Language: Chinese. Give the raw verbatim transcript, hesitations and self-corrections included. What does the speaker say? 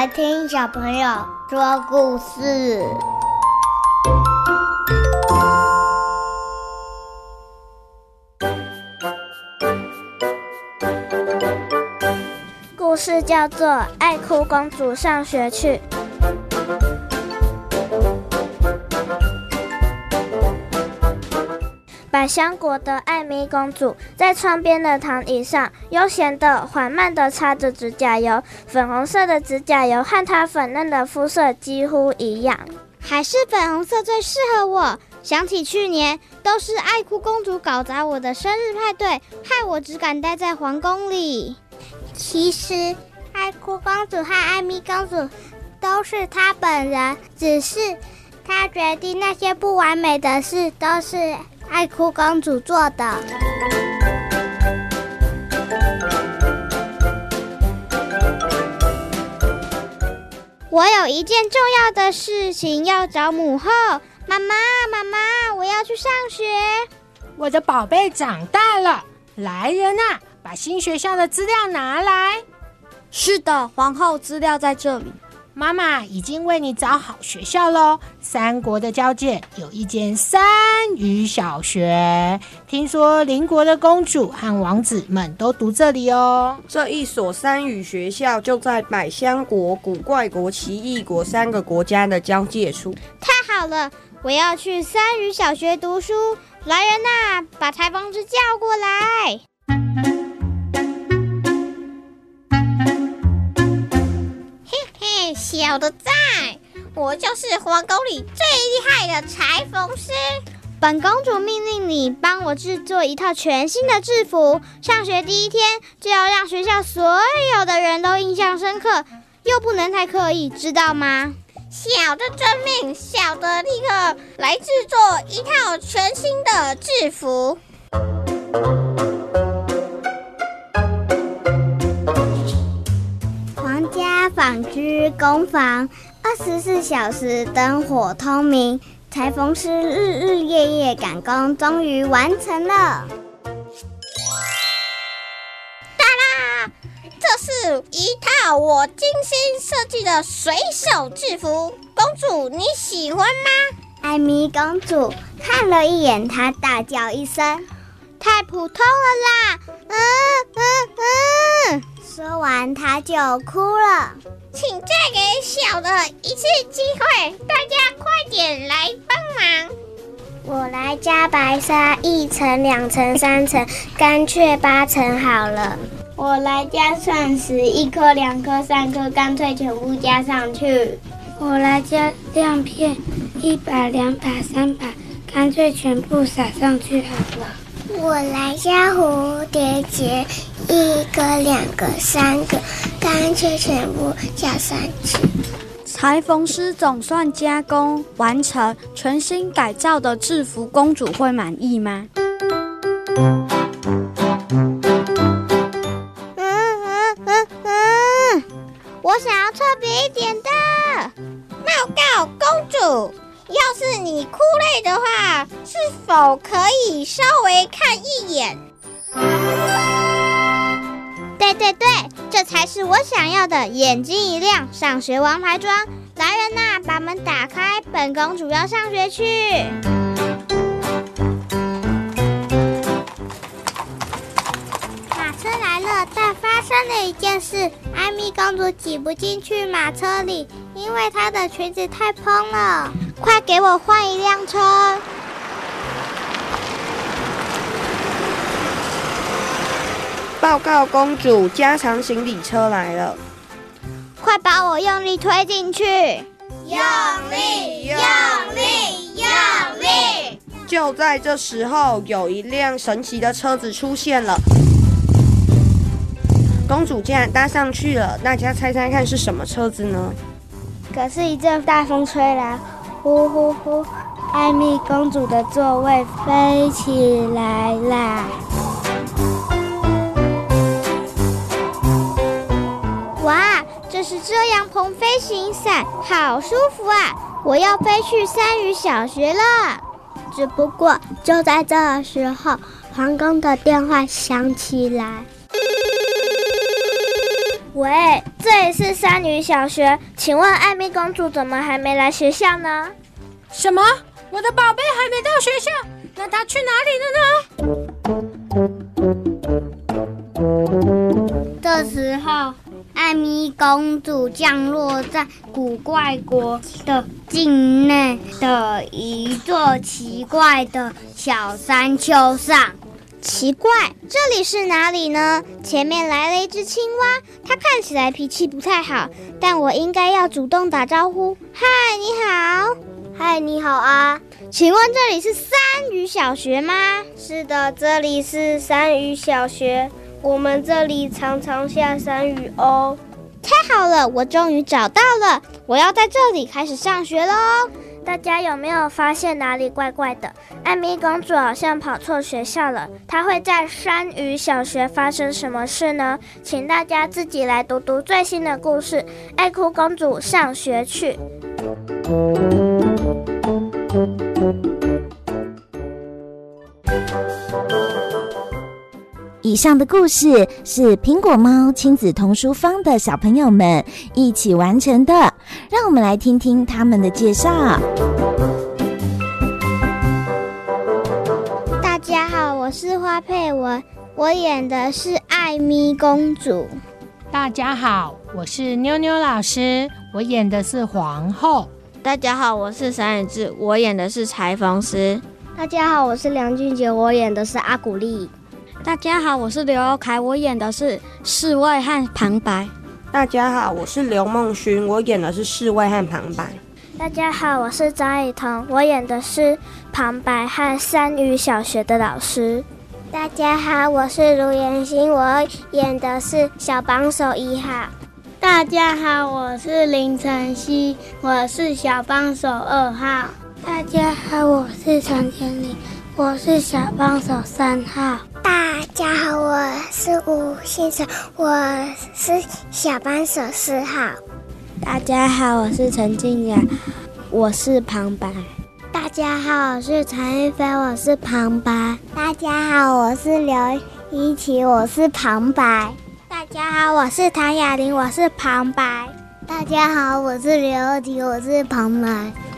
来听小朋友说故事。故事叫做《爱哭公主上学去》。百香国的艾米公主在窗边的躺椅上悠闲地缓慢地擦着指甲油，粉红色的指甲油和她粉嫩的肤色几乎一样。 还是粉红色最适合我。想起去年都是爱哭公主搞砸我的生日派对，害我只敢待在皇宫里。 其实爱哭公主和艾米公主都是她本人，只是她决定那些不完美的事都是爱哭公主做的。 我有一件重要的事情要找母后。妈妈，妈妈，我要去上学。 我的宝贝长大了，来人啊，把新学校的资料拿来。 是的，皇后，资料在这里。 妈妈已经为你找好学校咯，三国的交界有一间三语小学，听说邻国的公主和王子们都读这里哦。 这一所三语学校就在百香国、古怪国、奇异国三个国家的交界处。 太好了，我要去三语小学读书。来人啊，把裁缝师叫过来。 小的在，我就是皇宫里最厉害的裁缝师。 本公主命令你帮我制作一套全新的制服，上学第一天就要让学校所有的人都印象深刻，又不能太刻意，知道吗？ 小的遵命，小的立刻来制作一套全新的制服。 纺织工坊二十四小时灯火通明，裁缝师日日夜夜赶工，终于完成了。 哒啦！这是一套我精心设计的水手制服，公主你喜欢吗？ 艾米公主看了一眼，她大叫一声：“ 太普通了啦！”嗯嗯嗯。 说完，她就哭了。 请再给小的一次机会，大家快点来帮忙。 我来加白纱，一层、两层、三层，干脆八层好了。我来加钻石，一颗、两颗、三颗，干脆全部加上去。我来加亮片，一把、两把、三把，干脆全部撒上去好了。我来加蝴蝶结，一个、两个、三个，干脆全部加上去。 裁缝师总算加工完成，全新改造的制服，公主会满意吗？ 嗯嗯嗯嗯，我想要特别一点的。 报告公主，要是你哭累的话，是否可以稍微看一眼？ 对对对，这才是我想要的，眼睛一亮，上学王牌装。来人呐，把门打开，本公主要上学去。 马车来了，但发生了一件事，艾米公主挤不进去马车里，因为她的裙子太蓬了。 快给我换一辆车！ 报告公主，加长行李车来了。 快把我用力推进去！ 用力，用力，用力！ 就在这时候，有一辆神奇的车子出现了。公主竟然搭上去了，大家猜猜看是什么车子呢？ 可是，一阵大风吹来，呼呼呼，艾米公主的座位飞起来啦！ 哇，这是遮阳棚飞行伞，好舒服啊！我要飞去三语小学了。 只不过就在这时候，皇宫的电话响起来。 喂，这里是山鱼小学，请问艾米公主怎么还没来学校呢？ 什么？我的宝贝还没到学校？那她去哪里了呢？ 这时候，艾米公主降落在古怪国的境内的一座奇怪的小山丘上。奇怪，这里是哪里呢？前面来了一只青蛙，它看起来脾气不太好，但我应该要主动打招呼。嗨，你好。 嗨，你好啊。 请问这里是山鱼小学吗？ 是的，这里是山鱼小学，我们这里常常下山雨哦。 太好了，我终于找到了，我要在这里开始上学喽。 大家有没有发现哪里怪怪的？艾米公主好像跑错学校了，她会在山鱼小学发生什么事呢？请大家自己来读读最新的故事《爱哭公主上学去》。 以上的故事是苹果猫亲子童书坊的小朋友们一起完成的，让我们来听听他们的介绍。 大家好，我是花佩文，我演的是艾米公主。 大家好，我是妞妞老师，我演的是皇后。 大家好，我是闪宇智，我演的是裁缝师。 大家好，我是梁俊杰，我演的是阿古丽。 大家好，我是刘欧凯，我演的是侍卫和旁白。 大家好，我是刘梦勋，我演的是侍卫和旁白。 大家好，我是张以彤，我演的是旁白和山鱼小学的老师。大家好，我是卢妍欣，我演的是小帮手一号。 大家好，我是林晨曦，我是小帮手二号。 大家好，我是陈天林，我是小帮手三号。 大家好，我是吴先生，我是小帮手四号。 大家好，我是陈静雅，我是旁白。 大家好，我是陈玉飞，我是旁白。 大家好，我是刘一琪，我是旁白。 大家好，我是唐雅玲，我是旁白。 大家好，我是刘二琪，我是旁白。